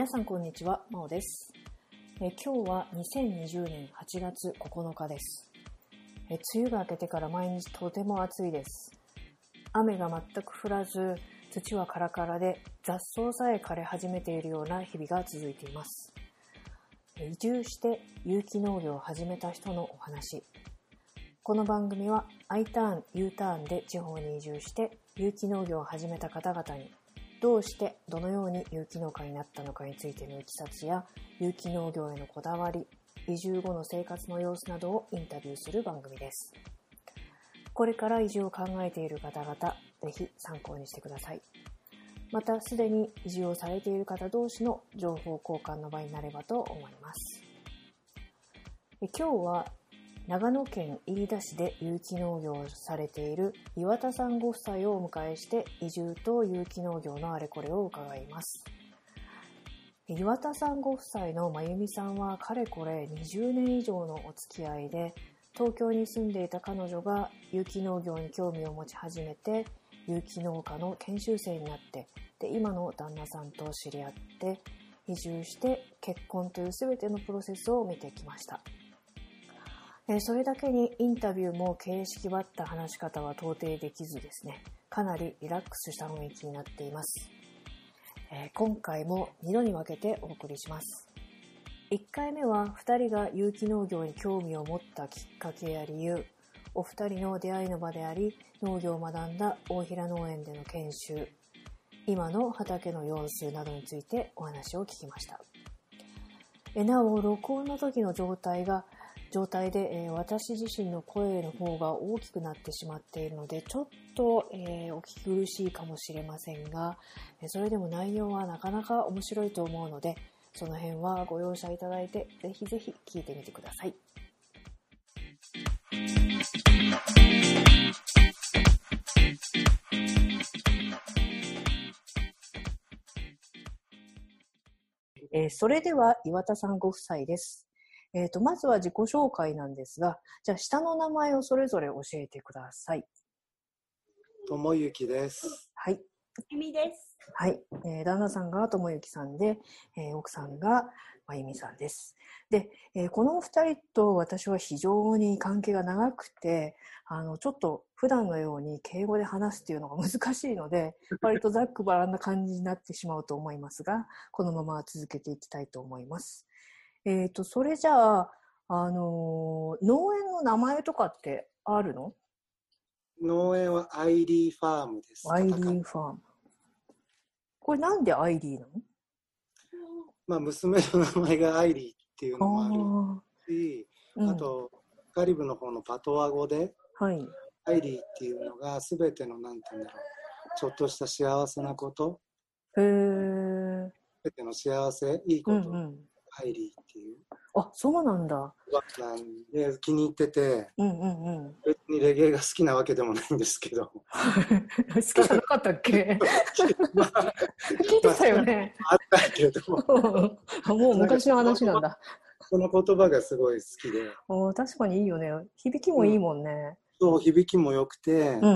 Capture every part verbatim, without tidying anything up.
皆さんこんにちは、まおです。え今日はにせんにじゅうねんはちがつここのかです。え梅雨が明けてから毎日とても暑いです。雨が全く降らず、土はカラカラで雑草さえ枯れ始めているような日々が続いています。移住して有機農業を始めた人のお話。この番組は I ターン、U ターンで地方に移住して有機農業を始めた方々にどうしてどのように有機農家になったのかについてのいきさつや有機農業へのこだわり、移住後の生活の様子などをインタビューする番組です。これから移住を考えている方々、ぜひ参考にしてください。またすでに移住をされている方同士の情報交換の場になればと思います。今日は長野県飯田市で有機農業をされている岩田さんご夫妻をお迎えして移住と有機農業のあれこれを伺います。岩田さんご夫妻のまゆみさんはかれこれにじゅうねん以上のお付き合いで、東京に住んでいた彼女が有機農業に興味を持ち始めて有機農家の研修生になって、で今の旦那さんと知り合って移住して結婚という全てのプロセスを見てきました。それだけにインタビューも形式ばった話し方は到底できずですね、かなりリラックスした雰囲気になっています。えー、今回もにどに分けてお送りします。いっかいめはふたりが有機農業に興味を持ったきっかけや理由、お二人の出会いの場であり農業を学んだ大平農園での研修、今の畑の様子などについてお話を聞きました。えなお録音の時の状態が状態で、えー、私自身の声の方が大きくなってしまっているのでちょっと、えー、お聞き苦しいかもしれませんが、それでも内容はなかなか面白いと思うので、その辺はご容赦いただいてぜひぜひ聞いてみてください。えー、それでは岩田さんご夫妻です。えーと、まずは自己紹介なんですが、じゃあ下の名前をそれぞれ教えてください。 友幸です。 はい。 ゆみです。 はい。えー、旦那さんが友幸さんで、えー、奥さんがまゆみさんです。で、えー、このお二人と私は非常に関係が長くて、あのちょっと普段のように敬語で話すっていうのが難しいので、割とざっくばらんな感じになってしまうと思いますが、このまま続けていきたいと思います。えーと、それじゃあ、あのー、農園の名前とかってあるの？ 農園はアイリーファームです。 アイリーファーム。これなんでアイリーなの？ まあ、娘の名前がアイリーっていうのもあるし、あ,、うん、あとカリブの方のパトワ語で、はい、アイリーっていうのが全てのなんていうんだろう、ちょっとした幸せなこと、へー、全ての幸せ、いいこと、うんうん、アイリーっていう。 あ、そうなんだ。 なんで気に入ってて、うんうんうん、別にレゲエが好きなわけでもないんですけど。 好きじゃなかったっけ？まあ、聞いてたよね。 あったけど。 もう昔の話なんだ。 その言葉がすごい好きで。 お、確かにいいよね。響きもいいもんね。うん、 そう、響きも良くて、うんうん、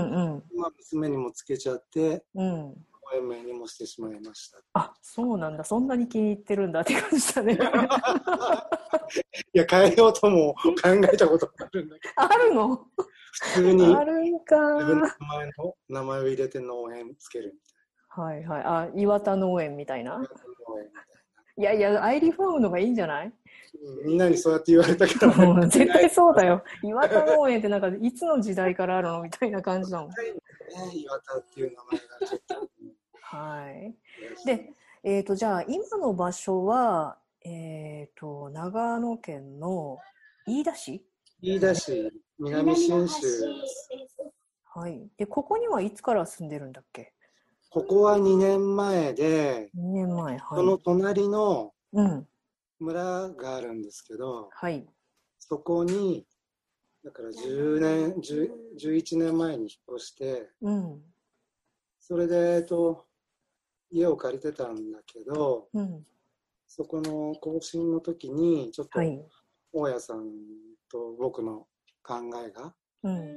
まあ、娘にもつけちゃって、うん声名にもしてしまいました。 あ、そうなんだ。そんなに気に入ってるんだって感じだね。 いや、変えようとも考えたことがあるんだけど。 あるの？ 普通にあるんか。 自分の名前の名前を入れて農園つけるみたいな。はいはい。あ、岩田農園みたいな。いやいや、アイリーファームの方がいいんじゃない？ みんなにそうやって言われたから、 ね、絶対そうだよ。岩田農園ってなんかいつの時代からあるのみたいな感じだもん。 岩田っていう名前がちょっと。 はい。で、えっと、じゃあ、今の場所は、えっと、長野県の飯田市？ 飯田市、南信州です。 はい。で、ここにはいつから住んでるんだっけ？ ここはにねんまえで、 にねんまえ、はい。 その隣の村があるんですけど、うん、はい。そこに、だからじゅうねん、じゅういちねんまえに引っ越して、うん、それで、えっと、家を借りてたんだけど、うん、そこの更新の時にちょっと大家さんと僕の考えが合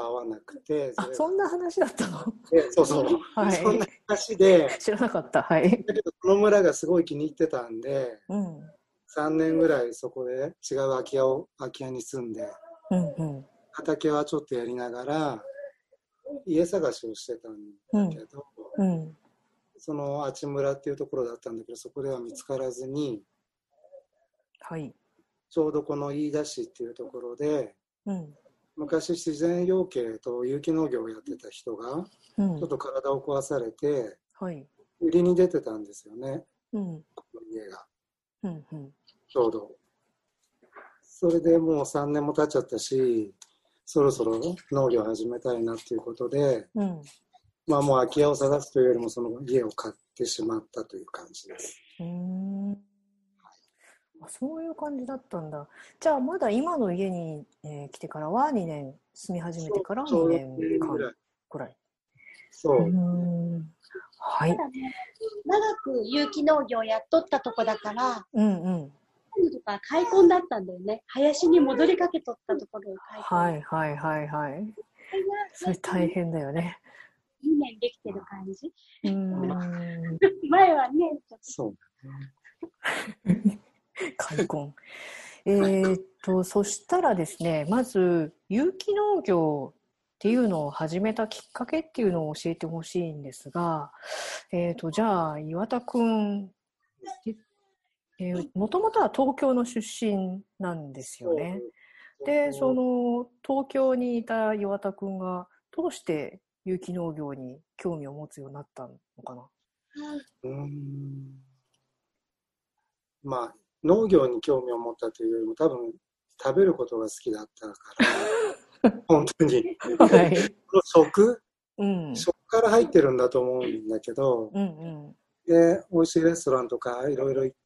合わなくて、 あ、そんな話だったの？ そうそう、はい、そんな話で、 知らなかった。はい。 だけど、この村がすごい気に入ってたんで、うん、さんねんぐらいそこで違う空き家を、空き家に住んで、うんうん、畑はちょっとやりながら、家探しをしてたんだけど、うんうん、その阿智村っていうところだったんだけど、そこでは見つからずに、はい、ちょうどこの飯田市っていうところで、うん、昔自然養鶏と有機農業をやってた人が、うん、ちょっと体を壊されて、はい、売りに出てたんですよね、うん、この家が、うんうん、ちょうど。それでもうさんねんも経っちゃったし、そろそろ農業を始めたいなっていうことで、うん、まあもう空き家を探すというよりもその家を買ってしまったという感じです。うーん、 あ、そういう感じだったんだ。じゃあまだ今の家に、えー、来てからはにねん、住み始めてからにねんかんくらい。 そう。うーん、はい。 ただね、長く有機農業やっとったとこだから、うんうん。とか開墾だったんだよね。林に戻りかけとったところを開墾。 はいはいはいはい。それ大変だよね。 にねんできてる感じ。うーん前はね、ちょっとそう。 開墾。えーっと、そしたらですね、まず有機農業っていうのを始めたきっかけっていうのを教えてほしいんですが、えーっと、じゃあ岩田くん、えー、もともとは東京の出身なんですよね。で、その東京にいた岩田くんがどうして有機農業に興味を持つようになったのかな。 うーん、まあ農業に興味を持ったというよりも多分食べることが好きだったから本当に、はい、食、うん、食から入ってるんだと思うんだけど、うんうん、で美味しいレストランとかいろいろ行って、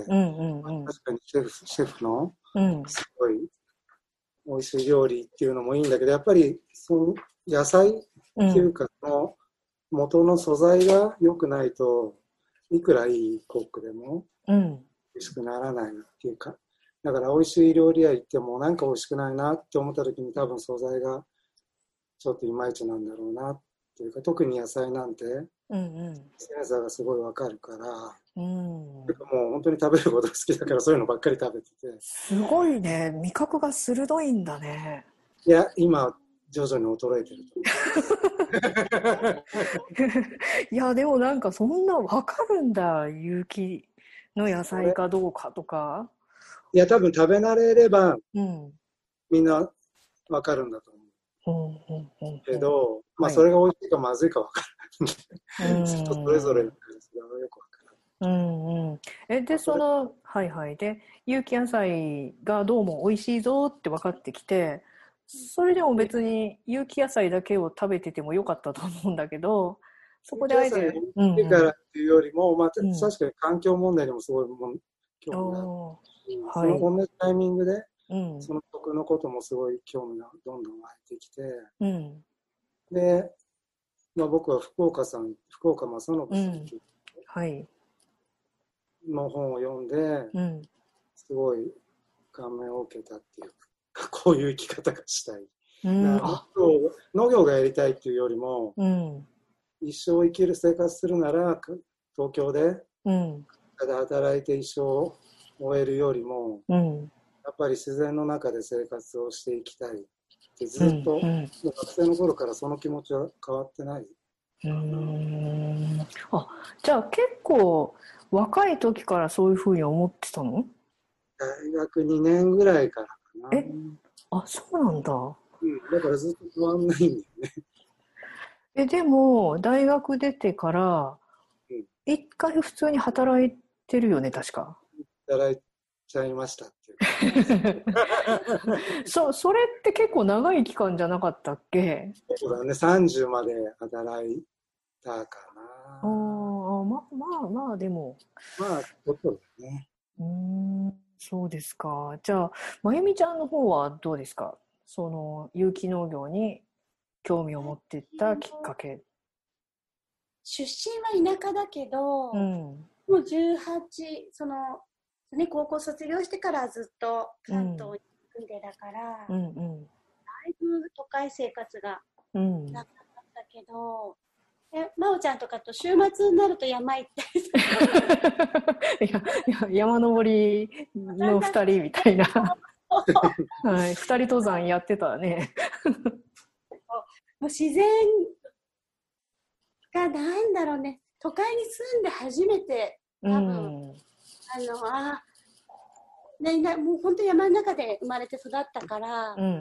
うんうんうん、確かにシェフ、シェフのすごい美味しい料理っていうのもいいんだけど、やっぱりその野菜っていうか、その元の素材が良くないといくらいいコックでも美味しくならないっていうか、だから美味しい料理屋行ってもなんか美味しくないなって思った時に多分素材がちょっといまいちなんだろうなっていうか、特に野菜なんてセンサーがすごいわかるから、うん、もう本当に食べることが好きだからそういうのばっかり食べてて。 すごいね、味覚が鋭いんだね。 いや、今徐々に衰えてると思う。 いや、でもなんかそんなわかるんだ、有機の野菜かどうかとか。 いや、多分食べ慣れれば、うん、みんなわかるんだと思う。うんうんうんうん、けど、まあそれが美味しいかまずいかわからない。人それぞれのそれはよくわからない。 うんうん、えでそのはいはいで有機野菜がどうも美味しいぞって分かってきて、それでも別に有機野菜だけを食べててもよかったと思うんだけど、そこであえて有機からっていうよりも、まあ、確かに環境問題にもすごい興味があって、はい、その同じタイミングで、うん、その食のこともすごい興味がどんどん湧いてきて、うん、で、まあ、僕は福岡さん福岡正信さん、うんはい、の本を読んで、うん、すごい感銘を受けたっていうか、こういう生き方がしたい、うん、農業、農業がやりたいっていうよりも、うん、一生生きる生活するなら東京で、うん、ただ働いて一生を終えるよりも、うん、やっぱり自然の中で生活をしていきたいってずっと、うんうん、学生の頃からその気持ちは変わってない。うーん、あ、じゃあ結構若い時からそういうふうに思ってたの？ 大学にねんぐらいからかな。 え、あ、そうなんだ。 うん、だからずっと変わんないんだよね。 え、でも大学出てから一回普通に働いてるよね、確か。 働いちゃいましたっていうそ, それって結構長い期間じゃなかったっけ？ そうだね、さんじゅうまで働いたかな。 ああ、まあまあまあ、でも。 まあ、ちょっとだね。 うーん、そうですか。じゃあ、まゆみちゃんの方はどうですか？その、有機農業に興味を持っていったきっかけ。 出身は田舎だけど、うん、もうじゅうはち、その、ね、高校卒業してからずっと関東に住んでだから、うんうん、だいぶ都会生活がなかったけど、うん、え、真央ちゃんとかと週末になると山行ったりするいやいや山登りのふたりみたいなはい、ふたり登山やってたねもう自然がなんだろうね、都会に住んで初めて多分、うん、あのあね、もう本当に山の中で生まれて育ったから、うんうん、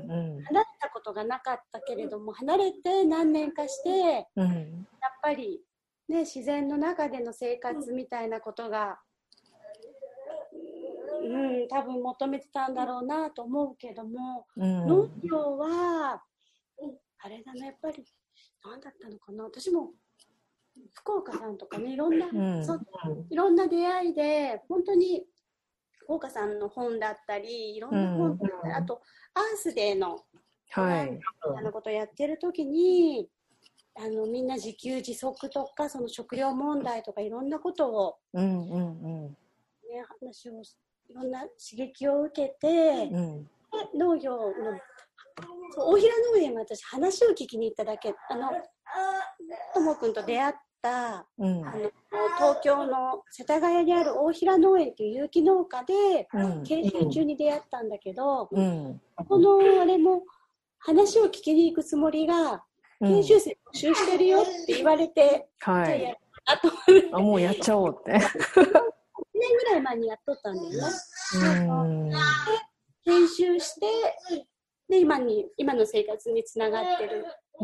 離れたことがなかったけれども、離れて何年かして、うん、やっぱり、ね、自然の中での生活みたいなことが、うん、多分求めてたんだろうなと思うけども、うん、農業はあれだね、やっぱり何だったのかな、私も福岡さんとかね、いろんな、うん、そういろんな出会いで本当に福岡さんの本だったり、いろんな本だったり、うん、あとアースデーのはい、みたいなことをやってる時に、あのみんな自給自足とかその食料問題とかいろんなことを、うんうんうんね、話をいろんな刺激を受けて、うん、農業の大平農園は私話を聞きに行っただけ、あのともくんと出会った、うん、あの東京の世田谷にある大平農園という有機農家で、うん、研修中に出会ったんだけど、うん、このあれも話を聞きに行くつもりが、うん、研修生募集してるよって言われて、はい、じゃあやあとあもうやっちゃおうっていちねんぐらい前にやっとったんだよね。うん研修してで 今, に今の生活につながってる。うん、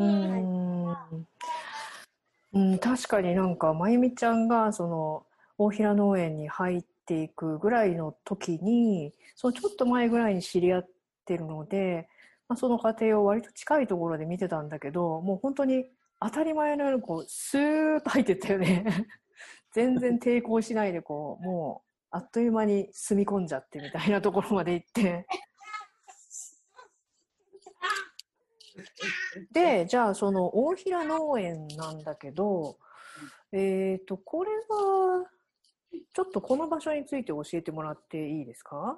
はいうん、確かになんかまゆみちゃんがその大平農園に入っていくぐらいの時にそのちょっと前ぐらいに知り合ってるので、まあ、その過程を割と近いところで見てたんだけど、もう本当に当たり前のようにこうスーッと入ってったよね全然抵抗しないでこうもうあっという間に住み込んじゃってみたいなところまで行ってで、じゃあその大平農園なんだけど、えーと、これはちょっとこの場所について教えてもらっていいですか？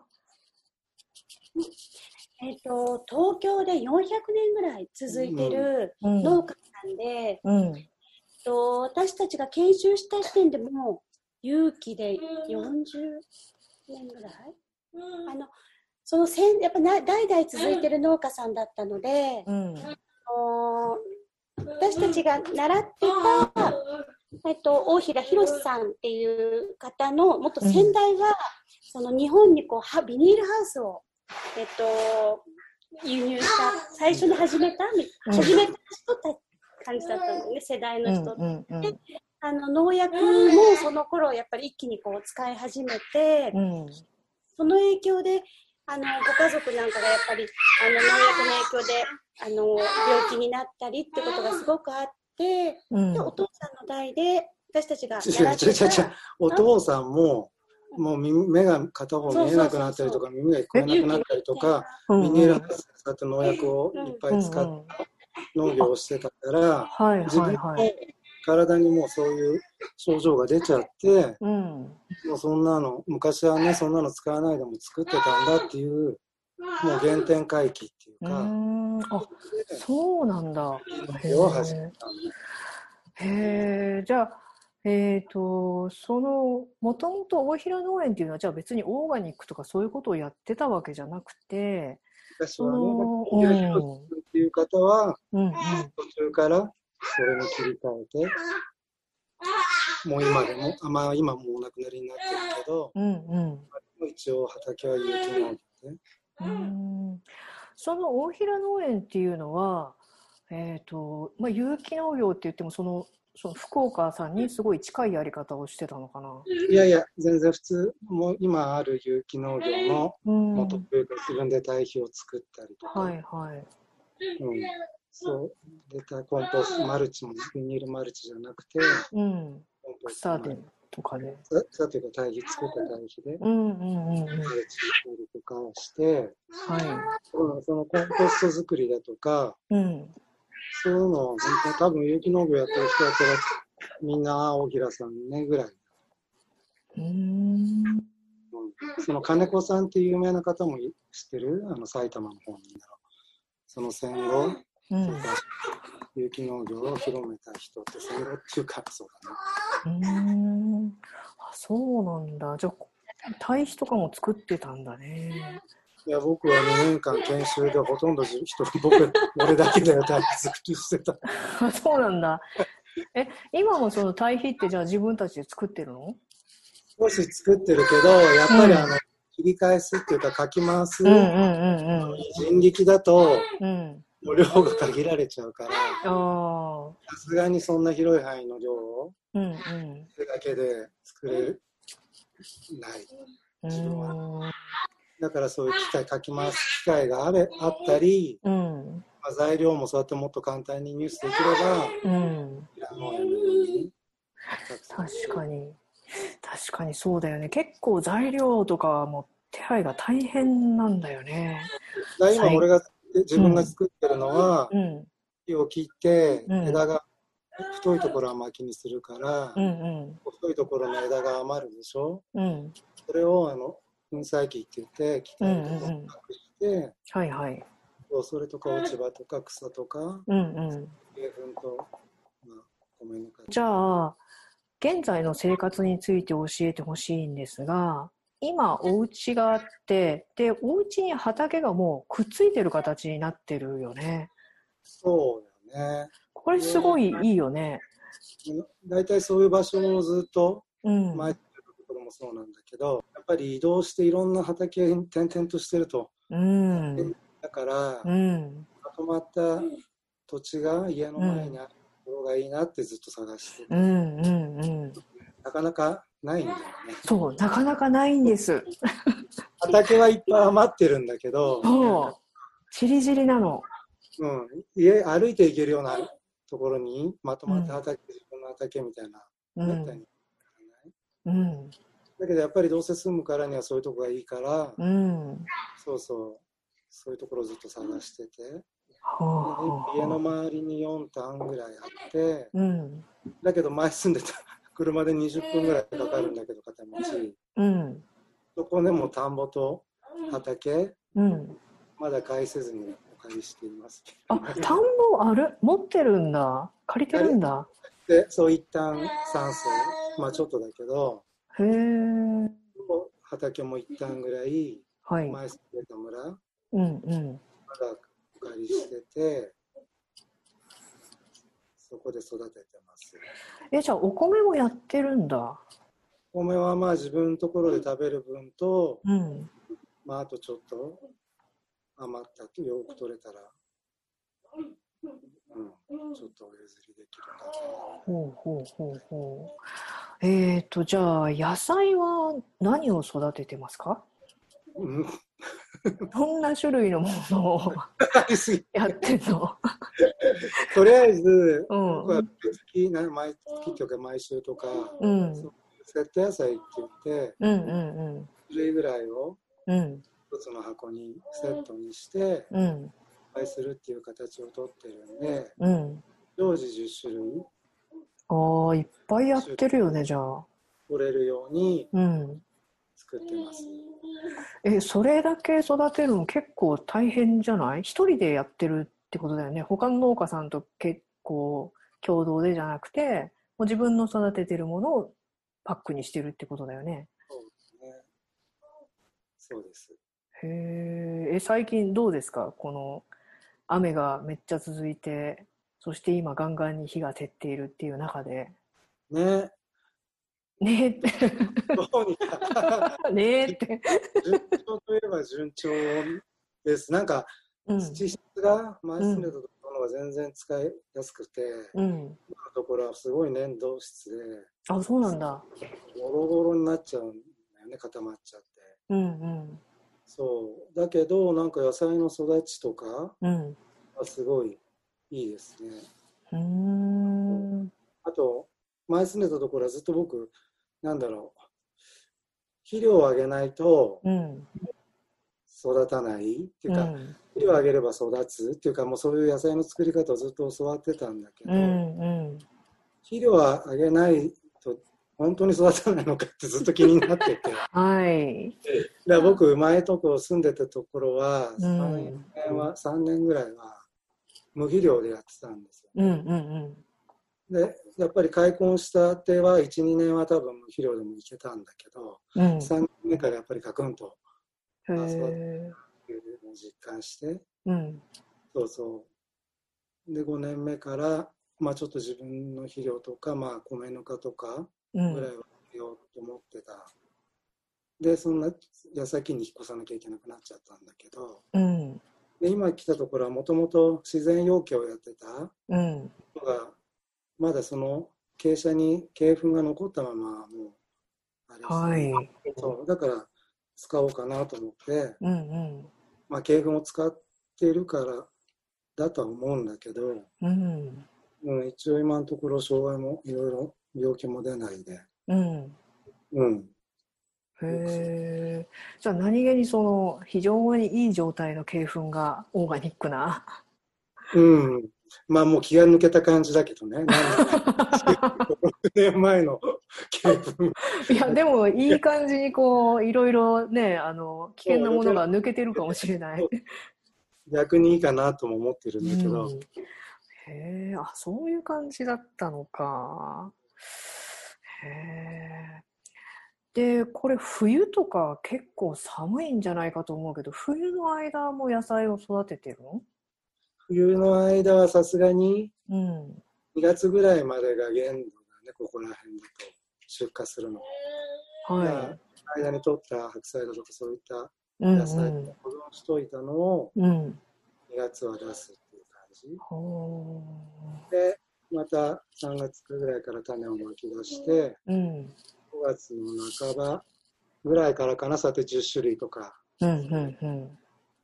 えーと、東京でよんひゃくねんぐらい続いてる農家さんで、うんうん、と私たちが研修した時点でも有機でよんじゅうねんぐらい、うん、あのそのせんやっぱな代々続いてる農家さんだったので、うん、私たちが習ってた、えっと、大平博さんっていう方の元先代は、うん、その日本にこうビニールハウスを、えっと、輸入した最初に始めた、うん、始めた人たち感じだったんだよね、世代の人、うんうんうん、であの農薬もその頃やっぱり一気にこう使い始めて、うん、その影響であのご家族なんかがやっぱりあの農薬の影響であの病気になったりってことがすごくあって、うん、でお父さんの代で私たちが習ってたお父さんももう目が片方見えなくなったりとか耳が聞こえなくなったりとかビニールハウス使って農薬をいっぱい使って農業をしてたから、うんうん、自分の体にもうそういう症状が出ちゃって、うん、もうそんなの昔はねそんなの使わないでも作ってたんだっていうもう原点回帰っていうか、うーんあそうなんだ。へーへーじゃあえーとそのもともと大平農園っていうのはじゃあ別にオーガニックとかそういうことをやってたわけじゃなくて、 昔はね大平博さんっていう方は、うんうん、途中からそれに切り替えてもう今でもあまあ今もうお亡くなりになってるけど、うんうん、一応畑は有機農業で、 うんその大平農園っていうのは、えーとまあ、有機農業って言ってもそのその福岡さんにすごい近いやり方をしてたのかな。 いやいや全然普通もう今ある有機農業の元というか自分で堆肥を作ったりとか、はいはいうん、そうでコンポストマルチもビニールマルチじゃなくて、うん、コンポスト草でとかで草というか堆肥作った堆肥で、うんうんうんうん、マルチしたりとかをして、はい、そのコンポスト作りだとか、うんそういうのを多分有機農業やってる人だったらみんな大平さんねぐらい。うーん、うん、その金子さんっていう有名な方も知ってる？あの埼玉の方にその戦後うん、有機農業を広めた人って戦後っていうかそうだね。うーん、あ、そうなんだ。じゃあ堆肥とかも作ってたんだね。 いや、僕はにねんかん研修でほとんど一人、僕、俺だけで堆肥作りしてた。 そうなんだ。え、今もその堆肥ってじゃあ自分たちで作ってるの？ 少し作ってるけど、やっぱりあの、うん、切り返すっていうかかき回す、うんうんうんうん、人力だと、うん、量が限られちゃうから、さすがにそんな広い範囲の量を、うんうん、それだけで作れない、自分は。だからそういう機械、かき回す機械があれあったり、うんまあ、材料もそうやってもっと簡単に入手できれば、うん、 確かに確かにそうだよね。結構材料とかも手配が大変なんだよね。 今俺が自分が作ってるのは、うん、木を切って枝が太いところは薪にするから、うんうん、太いところの枝が余るでしょ、うん、それをあの粉砕機って言って機械で隠して、うんうんうん、はいはい、それとか落ち葉とか草とか、うんうん、鶏粉と、まあ、米ぬか。 じゃあ現在の生活について教えてほしいんですが、今お家があって、でお家に畑がもうくっついてる形になってるよね。 そうだね。 これすごいいいよね。 だいたいそういう場所をずっと前ってるところもそうなんだけど、やっぱり移動していろんな畑に転々としてると、うん、だから、うん、まとまった土地が家の前にあるところがいいなってずっと探してて、うんうんうん、なかなかないんだよね。 そう、なかなかないんです。 畑はいっぱい余ってるんだけど、 そう、ちりぢりなの。 うん、家歩いて行けるようなところにまとまった畑、うん、自分の畑みたいな、めったにうん、だけどやっぱりどうせ住むからにはそういうとこがいいから、うん、そうそうそういうところをずっと探してて、家の周りによん単ぐらいあって、うん、だけど前住んでた車でにじゅっぷんぐらいかかるんだけど片道、うん、そこでも田んぼと畑、うん、まだ返せずにお借りしています。 あ、田んぼある？持ってるんだ。借りてるんだ。 で、そう一旦さん層、まあちょっとだけど、へー。畑も一旦ぐらい、はい、前住んでた村、うんうん、まだお借りしてて、そこで育ててます。 え、じゃあお米もやってるんだ。 お米はまあ自分のところで食べる分と、うん、まああとちょっと余ったとよく取れたら、うん、ちょっとお譲りできるかと。 ほうほうほうほう。えーと、じゃあ野菜は何を育ててますか？うん、どんな種類のものをやってんの？ とりあえず、うん、僕は月毎月とか毎週とか、うん、セット野菜って言って、うんうんうん、種類ぐらいを一つの箱にセットにして、うん、販売するっていう形をとってるんで、うん、常時じゅっしゅるい。 ああ、いっぱいやってるよね、じゃあ。 取れるように作ってます。 うん、え、それだけ育てるの結構大変じゃない？一人でやってるってことだよね。他の農家さんと結構共同でじゃなくて、もう自分の育ててるものをパックにしてるってことだよね。 そうですね。そうです。 へえ、最近どうですか？この雨がめっちゃ続いて、そして今ガンガンに火が照っているっていう中で。 ね。 ねえって。 どうにか。 ねえって。 順調といえば順調です。なんか、うん、土質が前住んでたところが全然使いやすくて、うん、今のところはすごい粘土質で。 あ、そうなんだ。 ボロボロになっちゃうんだよね、固まっちゃって。うんうん。そう。だけど、なんか野菜の育ちとかはすごいいいですね。うーん。あと、前住んでたところはずっと僕、なんだろう、肥料をあげないと育たないっていうか、うん、肥料をあげれば育つっていうか、もうそういう野菜の作り方をずっと教わってたんだけど、うんうん、肥料はあげないと本当に育たないのかってずっと気になってて、はい、だから僕前とこ住んでたところは 3, 年はさんねんぐらいは無肥料でやってたんですよ、 うんうんうん、 でやっぱり開墾したてはいち、にねんは多分無肥料でもいけたんだけど、うん、さんねんめからやっぱりガクンと育ってっていうのを実感して、うん、そうそうでごねんめから、まあ、ちょっと自分の肥料とか、まあ、米ぬかとかぐらいは入れようと思ってた、うん、でそんな矢先に引っ越さなきゃいけなくなっちゃったんだけど、うん、で今来たところはもともと自然養鶏をやってたのが、まだその傾斜に鶏粉が残ったままもうあれして、はい、そうだから使おうかなと思って、うんうんまあ、鶏粉を使っているからだとは思うんだけど、うんうん、一応今のところ障害もいろいろ病気も出ないで、うんうん、 へえ。じゃあ何気にその非常にいい状態の鶏粉がオーガニックな。 うん。まあもう気が抜けた感じだけどね。ろくねんまえの鶏粉。 いやでもいい感じにこういろいろね、あの危険なものが抜けてるかもしれない。 逆にいいかなとも思ってるんだけど。うん、 へえ、あ、そういう感じだったのか。へえ。で、これ冬とか結構寒いんじゃないかと思うけど、冬の間も野菜を育ててるの？ 冬の間はさすがににがつぐらいまでが限度だね、ここら辺だと出荷するの。はい。間に取った白菜だとかそういった野菜を保存しといたのをにがつは出すっていう感じ。うん、で、またさんがつぐらいから種をまき出して、うんごがつの半ばぐらいからかな、さてじゅっしゅるいとか。うんうんうん。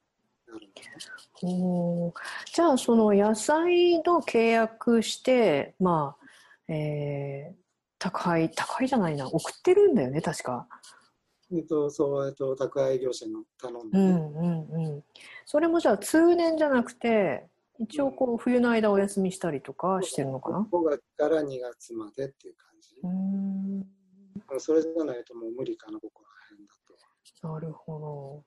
おじゃあその野菜の契約してまあ、えー、高い高いじゃないな送ってるんだよね確か。 えっとそうえっと宅配業者の頼んで、ね、うんうんうん。それもじゃあ通年じゃなくて一応こう冬の間お休みしたりとかしてるのかな。 ごがつからにがつまでっていう感じ。うんそれじゃないともう無理かな、ここら辺だと。なるほど。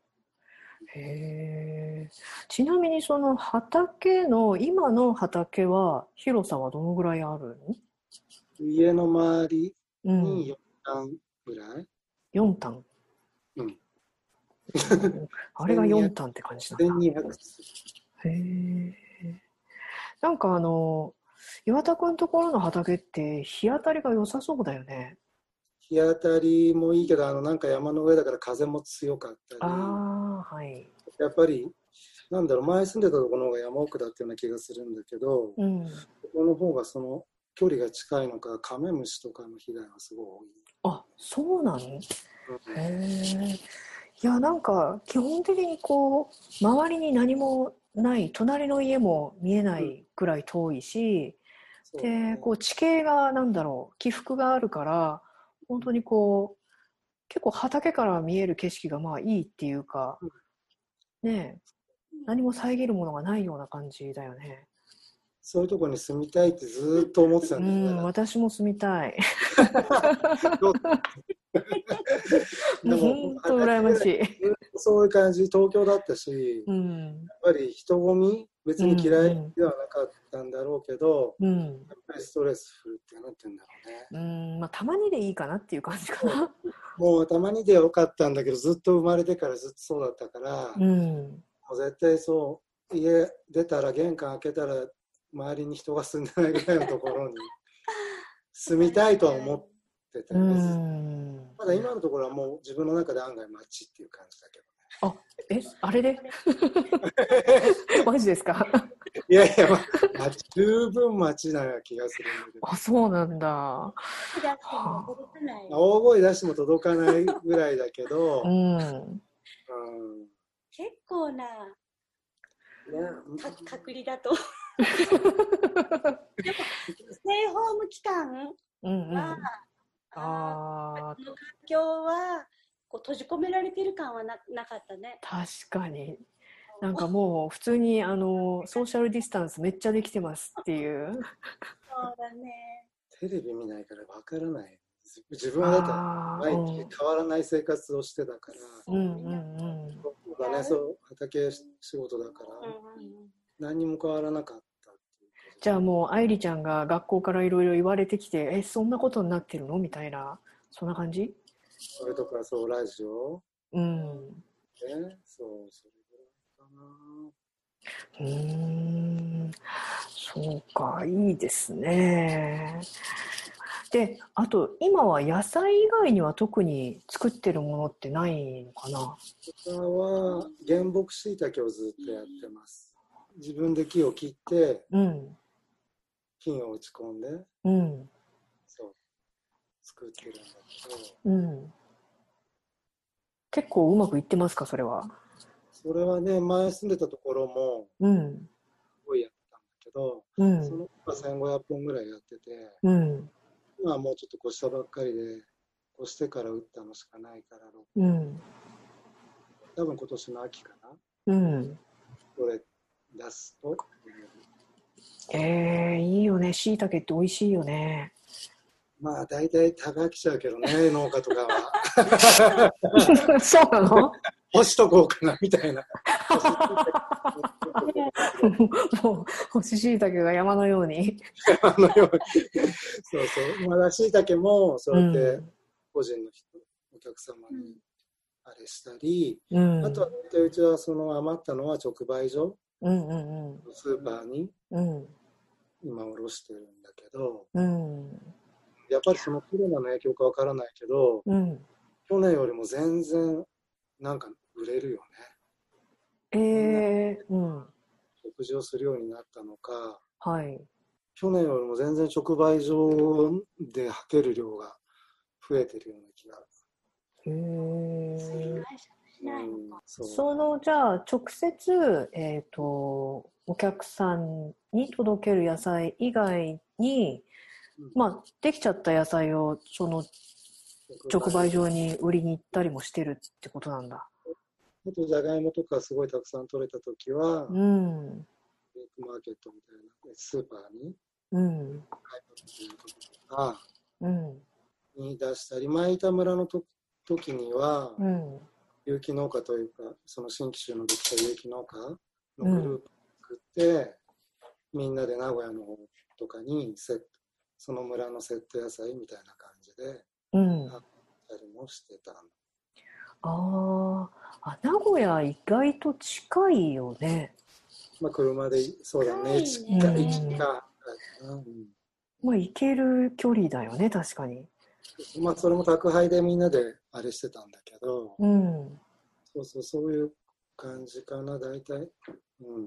へえ。ちなみにその畑の今の畑は広さはどのぐらいあるの？ 家の周りによんたんぐらい、うん、 よんたん。うん。あれがよんたんって感じなんだ。せんにひゃくへえ。なんかあの岩田くんところの畑って日当たりが良さそうだよね。 日当たりもいいけど、あのなんか山の上だから風も強かったり、あ、 はい、 やっぱりなんだろう、前住んでたところの方が山奥だったような気がするんだけど、うん、ここの方がその距離が近いのかカメムシとかの被害がすごい多い。 あ、そうなの？うん、へえ。いやなんか基本的にこう周りに何もない隣の家も見えないくらい遠いし、うん、で、ね、こう地形がなんだろう起伏があるから本当にこう結構畑から見える景色がまあいいっていうか、うん、ねえ何も遮るものがないような感じだよね。 そういうところに住みたいってずっと思ってたんだよね。 うん、私も住みたい。本当羨ましい。 そういう感じ、東京だったし、うん、やっぱり人混み別に嫌いではなかったんだろうけど、うん、やっぱりストレスフルってなってんだろうね。うん、まあたまにでいいかなっていう感じかな。 もうたまにでよかったんだけど、ずっと生まれてからずっとそうだったから、うん、もう絶対そう家出たら玄関開けたら周りに人が住んでないぐらいのところに住みたいとは思ってて、ね、まだ今のところはもう自分の中で案外街っていう感じだけどね。 あ、え、あれでマジですか？ いやいや、まあ、十分街な気がするんだけど。 あ、そうなんだ。 大声出しても届かないぐらいだけど、うんうん、 結構な、ね、隔離だと。ステイホーム期間は、うんうん、ああの環境はこう閉じ込められてる感は な, なかったね。 確かになんかもう普通にあのソーシャルディスタンスめっちゃできてますっていう。そうだね。テレビ見ないからわからない。自分はだって毎日変わらない生活をしてたから、うんうんうん、そうだね、そう畑仕事だから、うんうん、何にも変わらなかっじゃあもう愛理ちゃんが学校からいろいろ言われてきて、えそんなことになってるのみたいな、そんな感じ？ それとかそうラジオ、 うんね、そうそれぐらいかな。 うーん、そうか、いいですね。で、あと今は野菜以外には特に作ってるものってないのかな？ 他は原木しいたけをずっとやってます。自分で木を切って、うん、菌を打ち込んで、うん、そう作ってるんだけど、うん、 結構うまくいってますか、それは？ それはね、前住んでたところも、うん、すごいやったんだけど、うん、その時はせんごひゃっぽんぐらいやってて、うん、今はもうちょっと越したばっかりで、越してから打ったのしかないから、うん、多分今年の秋かな、うん、これ出すと。 えー、いいよね、しいたけって美味しいよね。 まあ大体高くきちゃうけどね、農家とかは。 そうなの？ 干しとこうかなみたいな。 もう干し椎茸が山のように。 山のように。そうそう。まだ椎茸もそうやって個人の人、お客様にあれしたり、うん、あとはうちはその余ったのは直売所、うんうんうん、スーパーに今卸してるんだけど、うん、やっぱりそのコロナの影響かわからないけど、うん、去年よりも全然なんか売れるよね。えー、うん。 食事をするようになったのか、 はい。 去年よりも全然直売所ではける量が増えてるような気が。へー。うん、そ, そのじゃあ直接、えーと、お客さんに届ける野菜以外に、うん、まあできちゃった野菜をその直売所に売りに行ったりもしてるってことなんだ。 あとじゃがいもとかすごいたくさん取れたときは、うん、ミークマーケットみたいなスーパーに、うん、買い物とか、うん、に出したり、前田村のと時には、うん、有機農家というか、その新規収納できた有機農家のグループを作って、うん、みんなで名古屋の方とかにセット、その村のセット野菜みたいな感じで、うん、あったりもしてた。 ああ、名古屋意外と近いよね。 まあ車でそうだね。いちじかん、いちじかん。うん、 まあ行ける距離だよね、確かに。 まあそれも宅配でみんなであれしてたんだけど、うん、そうそうそういう感じかな大体。うん。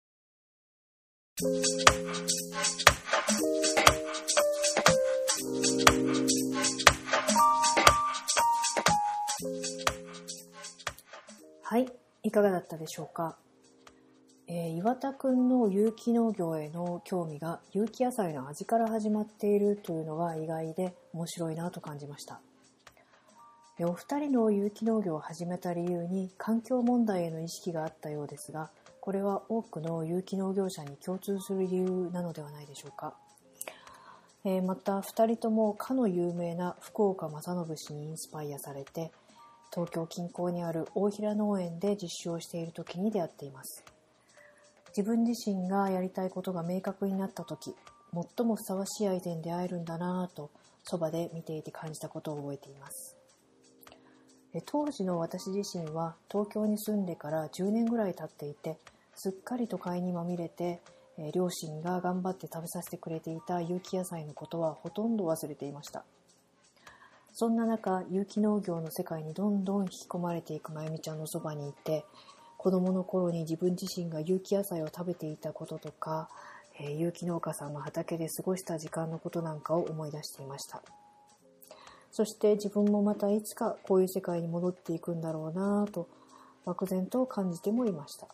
はい、いかがだったでしょうか。えー、岩田くんの有機農業への興味が有機野菜の味から始まっているというのが意外で面白いなと感じました。えー、お二人の有機農業を始めた理由に環境問題への意識があったようですが、これは多くの有機農業者に共通する理由なのではないでしょうか。えー、また二人ともかの有名な福岡正信氏にインスパイアされて、東京近郊にある大平農園で実習をしている時に出会っています。自分自身がやりたいことが明確になった時、最もふさわしい相手に出会えるんだなぁとそばで見ていて感じたことを覚えています。当時の私自身は東京に住んでからじゅうねんぐらい経っていて、すっかり都会にまみれて、両親が頑張って食べさせてくれていた有機野菜のことはほとんど忘れていました。そんな中、有機農業の世界にどんどん引き込まれていくまゆみちゃんのそばにいて、子供の頃に自分自身が有機野菜を食べていたこととか、えー、有機農家さんの畑で過ごした時間のことなんかを思い出していました。そして自分もまたいつかこういう世界に戻っていくんだろうなぁと漠然と感じてもいました。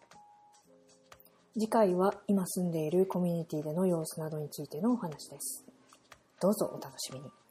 次回は今住んでいるコミュニティでの様子などについてのお話です。どうぞお楽しみに。